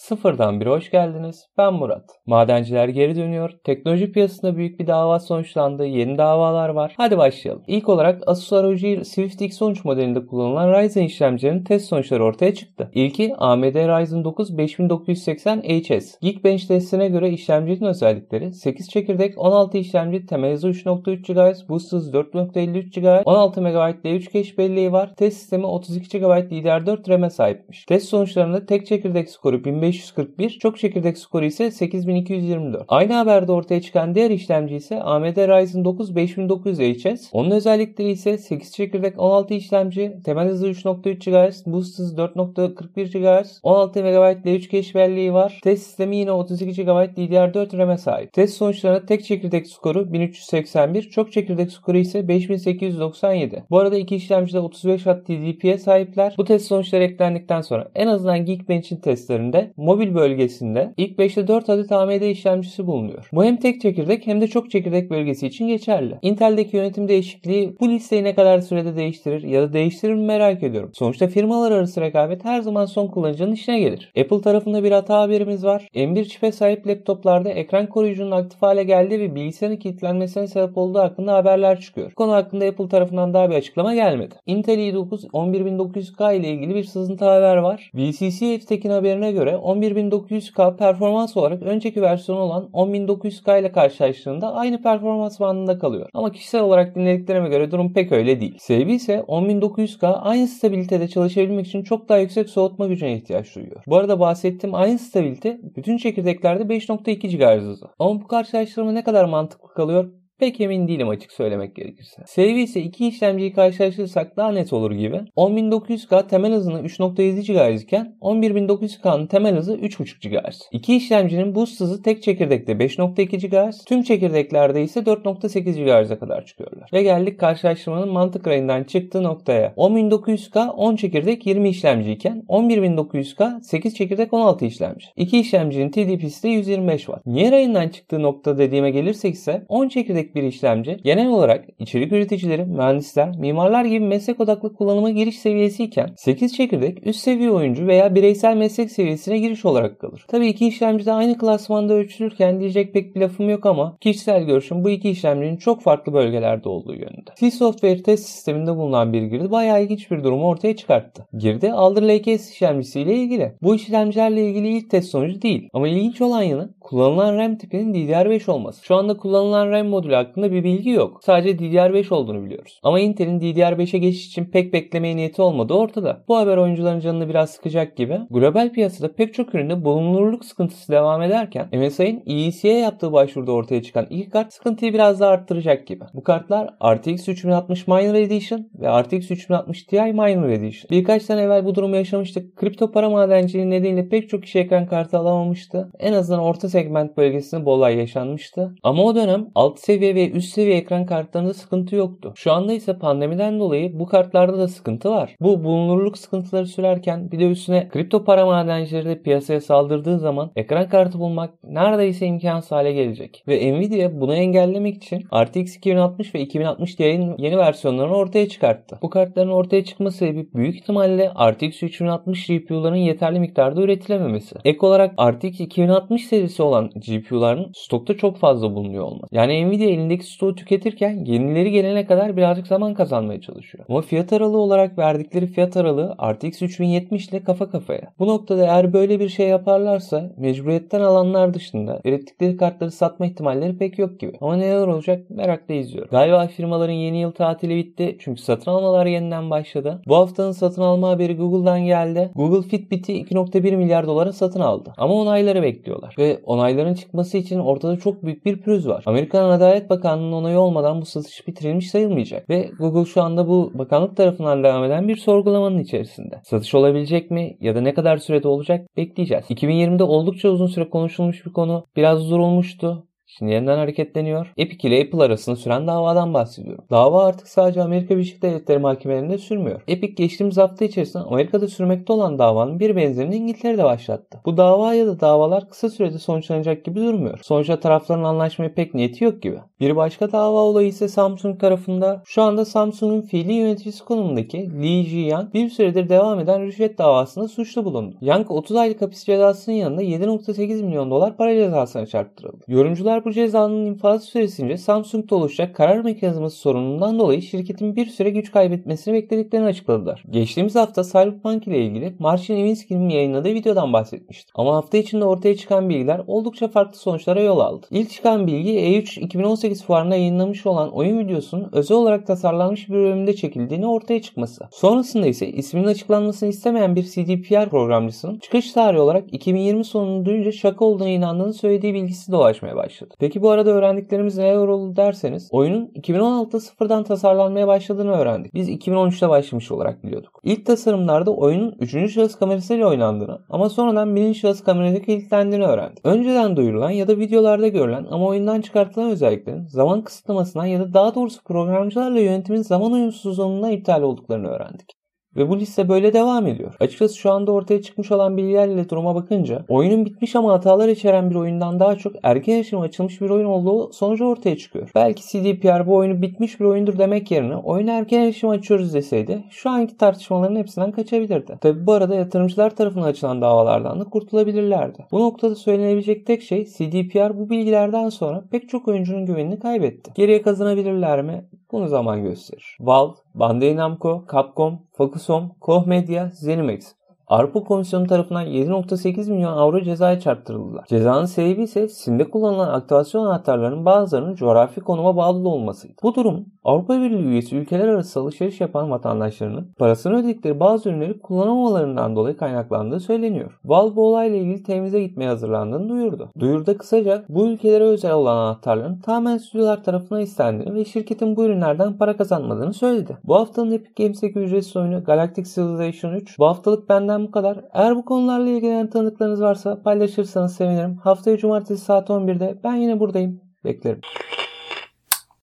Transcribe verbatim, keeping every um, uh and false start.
Sıfırdan bire hoş geldiniz. Ben Murat. Madenciler geri dönüyor. Teknoloji piyasasında büyük bir dava sonuçlandı. Yeni davalar var. Hadi başlayalım. İlk olarak Asus R O G Swift X on üç modelinde kullanılan Ryzen işlemcilerin test sonuçları ortaya çıktı. İlki A M D Ryzen dokuz beş bin dokuz yüz seksen H S. Geekbench testine göre işlemcinin özellikleri sekiz çekirdek, on altı işlemci, temel hızı üç nokta üç gigahertz, boost hızı dört nokta elli üç gigahertz, on altı megabayt D üç cache belleği var. Test sistemi otuz iki gigabayt D D R dört RAM'e sahipmiş. Test sonuçlarında tek çekirdek skoru bin beş yüz kırk bir, çok çekirdek skoru ise sekiz bin iki yüz yirmi dört. Aynı haberde ortaya çıkan diğer işlemci ise A M D Ryzen dokuz beş bin dokuz yüz H S. Onun özellikleri ise sekiz çekirdek, on altı işlemci, temel hızı üç nokta üç gigahertz, boost hızı dört nokta kırk bir gigahertz, on altı megabayt D üç cache belleği var. Test sistemi yine otuz iki gigabayt D D R dört RAM'e sahip. Test sonuçlarında tek çekirdek skoru bin üç yüz seksen bir, çok çekirdek skoru ise beş bin sekiz yüz doksan yedi. Bu arada iki işlemci de otuz beş watt T D P'ye sahipler. Bu test sonuçları eklendikten sonra en azından Geekbench'in testlerinde mobil bölgesinde ilk beşte dört adet A M D işlemcisi bulunuyor. Bu hem tek çekirdek hem de çok çekirdek bölgesi için geçerli. Intel'deki yönetim değişikliği bu listeyi ne kadar sürede değiştirir ya da değiştirir mi merak ediyorum. Sonuçta firmalar arası rekabet her zaman son kullanıcının işine gelir. Apple tarafında bir hata haberimiz var. M bir çipe sahip laptoplarda ekran koruyucunun aktif hale geldiği ve bilgisayarın kilitlenmesine sebep olduğu hakkında haberler çıkıyor. Bu konu hakkında Apple tarafından daha bir açıklama gelmedi. Intel i dokuz on bir bin dokuz yüz K ile ilgili bir sızıntı haber var. V C C F'tekin haberine göre on bir bin dokuz yüz K performans olarak önceki versiyonu olan on bin dokuz yüz K ile karşılaştığında aynı performans bandında kalıyor. Ama kişisel olarak dinlediklerime göre durum pek öyle değil. Sebebi ise on bin dokuz yüz K aynı stabilitede çalışabilmek için çok daha yüksek soğutma gücüne ihtiyaç duyuyor. Bu arada bahsettiğim aynı stabilite bütün çekirdeklerde beş nokta iki gigahertz hızı. Ama bu karşılaştırma ne kadar mantıklı kalıyor? Pek emin değilim açık söylemek gerekirse. Sebebi ise iki işlemciyi karşılaştırırsak daha net olur gibi. on bin dokuz yüz K temel hızını üç nokta yedi gigahertz iken on bir bin dokuz yüz K'nın temel hızı üç nokta beş gigahertz. İki işlemcinin boost hızı tek çekirdekte beş nokta iki gigahertz, tüm çekirdeklerde ise dört nokta sekiz gigahertz'e kadar çıkıyorlar. Ve geldik karşılaştırmanın mantık rayından çıktığı noktaya. on bin dokuz yüz K on çekirdek yirmi işlemci iken on bir bin dokuz yüz K sekiz çekirdek on altı işlemci. İki işlemcinin T D P'si de yüz yirmi beş watt. Niye rayından çıktığı nokta dediğime gelirsek ise on çekirdek bir işlemci genel olarak içerik üreticileri, mühendisler, mimarlar gibi meslek odaklı kullanıma giriş seviyesi iken sekiz çekirdek üst seviye oyuncu veya bireysel meslek seviyesine giriş olarak kalır. Tabii iki işlemci de aynı klasmanda ölçülürken diyecek pek bir lafım yok ama kişisel görüşüm bu iki işlemcinin çok farklı bölgelerde olduğu yönünde. C-Software test sisteminde bulunan bir girdi bayağı ilginç bir durumu ortaya çıkarttı. Girdi Alder Lake S işlemcisiyle ilgili. Bu işlemcilerle ilgili ilk test sonucu değil. Ama ilginç olan yanı kullanılan RAM tipinin D D R beş olması. Şu anda kullanılan RAM modülü hakkında bir bilgi yok. Sadece D D R beş olduğunu biliyoruz. Ama Intel'in D D R beşe geçiş için pek beklemeye niyeti olmadığı ortada. Bu haber oyuncuların canını biraz sıkacak gibi. Global piyasada pek çok üründe bulunurluk sıkıntısı devam ederken M S I'nin E E C'ye yaptığı başvuruda ortaya çıkan ilk kart sıkıntıyı biraz daha arttıracak gibi. Bu kartlar R T X üç bin altmış Miner Edition ve R T X üç bin altmış Ti Miner Edition. Birkaç sene evvel bu durumu yaşamıştık. Kripto para madenciliği nedeniyle pek çok kişi ekran kartı alamamıştı. En azından orta segment bölgesinde bu olay yaşanmıştı. Ama o dönem alt seviye ve üst seviye ekran kartlarında sıkıntı yoktu. Şu anda ise pandemiden dolayı bu kartlarda da sıkıntı var. Bu bulunurluk sıkıntıları sürerken bir de üstüne kripto para madencileri de piyasaya saldırdığı zaman ekran kartı bulmak neredeyse imkansız hale gelecek. Ve Nvidia bunu engellemek için R T X iki bin altmış ve iki bin altmış Ti'nin yeni versiyonlarını ortaya çıkarttı. Bu kartların ortaya çıkma sebebi büyük ihtimalle R T X üç bin altmış G P U'ların yeterli miktarda üretilememesi. Ek olarak R T X iki bin altmış serisi olan G P U'ların stokta çok fazla bulunuyor olması. Yani Nvidia elindeki stoğu tüketirken yenileri gelene kadar birazcık zaman kazanmaya çalışıyor. Ama fiyat aralığı olarak verdikleri fiyat aralığı R T X üç bin yetmiş ile kafa kafaya. Bu noktada eğer böyle bir şey yaparlarsa mecburiyetten alanlar dışında ürettikleri kartları satma ihtimalleri pek yok gibi. Ama neler olacak merakla izliyorum. Galiba firmaların yeni yıl tatili bitti çünkü satın almalar yeniden başladı. Bu haftanın satın alma haberi Google'dan geldi. Google Fitbit'i iki nokta bir milyar dolara satın aldı. Ama onayları bekliyorlar. Ve onayların çıkması için ortada çok büyük bir pürüz var. Amerikan Adalet Bakanlığı'nın onayı olmadan bu satış bitirilmiş sayılmayacak. Ve Google şu anda bu bakanlık tarafından devam eden bir sorgulamanın içerisinde. Satış olabilecek mi ya da ne kadar sürede olacak bekleyeceğiz. iki bin yirmide oldukça uzun süre konuşulmuş bir konu. Biraz durulmuştu. Şimdi yeniden hareketleniyor. Epic ile Apple arasında süren davadan bahsediyorum. Dava artık sadece Amerika Birleşik Devletleri mahkemelerinde sürmüyor. Epic geçtiğimiz hafta içerisinde Amerika'da sürmekte olan davanın bir benzerini İngiltere'de başlattı. Bu dava ya da davalar kısa sürede sonuçlanacak gibi durmuyor. Sonuçta tarafların anlaşmaya pek niyeti yok gibi. Bir başka dava olayı ise Samsung tarafında. Şu anda Samsung'un fiili yöneticisi konumundaki Lee Ji-yang bir süredir devam eden rüşvet davasında suçlu bulundu. Yang otuz aylık hapis cezasının yanında yedi virgül sekiz milyon dolar para cezasına çarptırıldı. Yorumcular bu cezanın infazı süresince Samsung'da oluşacak karar mekanizması sorunundan dolayı şirketin bir süre güç kaybetmesini beklediklerini açıkladılar. Geçtiğimiz hafta Cyberpunk ile ilgili Marcin Iwinski'nin yayınladığı videodan bahsetmiştim. Ama hafta içinde ortaya çıkan bilgiler oldukça farklı sonuçlara yol aldı. İlk çıkan bilgi E üç iki bin on sekiz fuarında yayınlamış olan oyun videosunun özel olarak tasarlanmış bir bölümde çekildiğini ortaya çıkması. Sonrasında ise isminin açıklanmasını istemeyen bir C D P R programcısının çıkış tarihi olarak iki bin yirmi sonunu duyunca şaka olduğuna inandığını söylediği bilgisi dolaşmaya başladı. Peki bu arada öğrendiklerimiz neler oldu derseniz, oyunun iki bin on altıda sıfırdan tasarlanmaya başladığını öğrendik. Biz iki bin on üçte başlamış olarak biliyorduk. İlk tasarımlarda oyunun üçüncü şahıs kamerasıyla oynandığını ama sonradan birinci şahıs kamerayla kilitlendiğini öğrendik. Önceden duyurulan ya da videolarda görülen ama oyundan çıkartılan özelliklerin zaman kısıtlamasından ya da daha doğrusu programcılarla yönetimin zaman uyumsuzluğundan iptal olduklarını öğrendik. Ve bu liste böyle devam ediyor. Açıkçası şu anda ortaya çıkmış olan bilgilerle duruma bakınca oyunun bitmiş ama hatalar içeren bir oyundan daha çok erken erişime açılmış bir oyun olduğu sonucu ortaya çıkıyor. Belki C D P R bu oyunu bitmiş bir oyundur demek yerine oyunu erken erişime açıyoruz deseydi şu anki tartışmaların hepsinden kaçabilirdi. Tabi bu arada yatırımcılar tarafından açılan davalardan da kurtulabilirlerdi. Bu noktada söylenebilecek tek şey C D P R bu bilgilerden sonra pek çok oyuncunun güvenini kaybetti. Geriye kazanabilirler mi? Bunu zaman gösterir. Valve, Bandai Namco, Capcom, Focusom, Koch Media, ZeniMax Avrupa Komisyonu tarafından yedi virgül sekiz milyon avro cezaya çarptırıldılar. Cezanın sebebi ise Steam'de kullanılan aktivasyon anahtarlarının bazılarının coğrafi konuma bağlı olmasıydı. Bu durum Avrupa Birliği üyesi ülkeler arası alışveriş yapan vatandaşlarının parasını ödedikleri bazı ürünleri kullanamamalarından dolayı kaynaklandığı söyleniyor. Valve bu olayla ilgili temize gitmeye hazırlandığını duyurdu. Duyuruda kısaca bu ülkelere özel olan anahtarların tamamen stüdyolar tarafından istendiğini ve şirketin bu ürünlerden para kazanmadığını söyledi. Bu haftanın Epic Games'teki ücretsiz oyunu Galactic Civilization üç. Bu haftalık benden bu kadar. Eğer bu konularla ilgilenen tanıdıklarınız varsa paylaşırsanız sevinirim. Haftaya cumartesi saat on birde ben yine buradayım. Beklerim.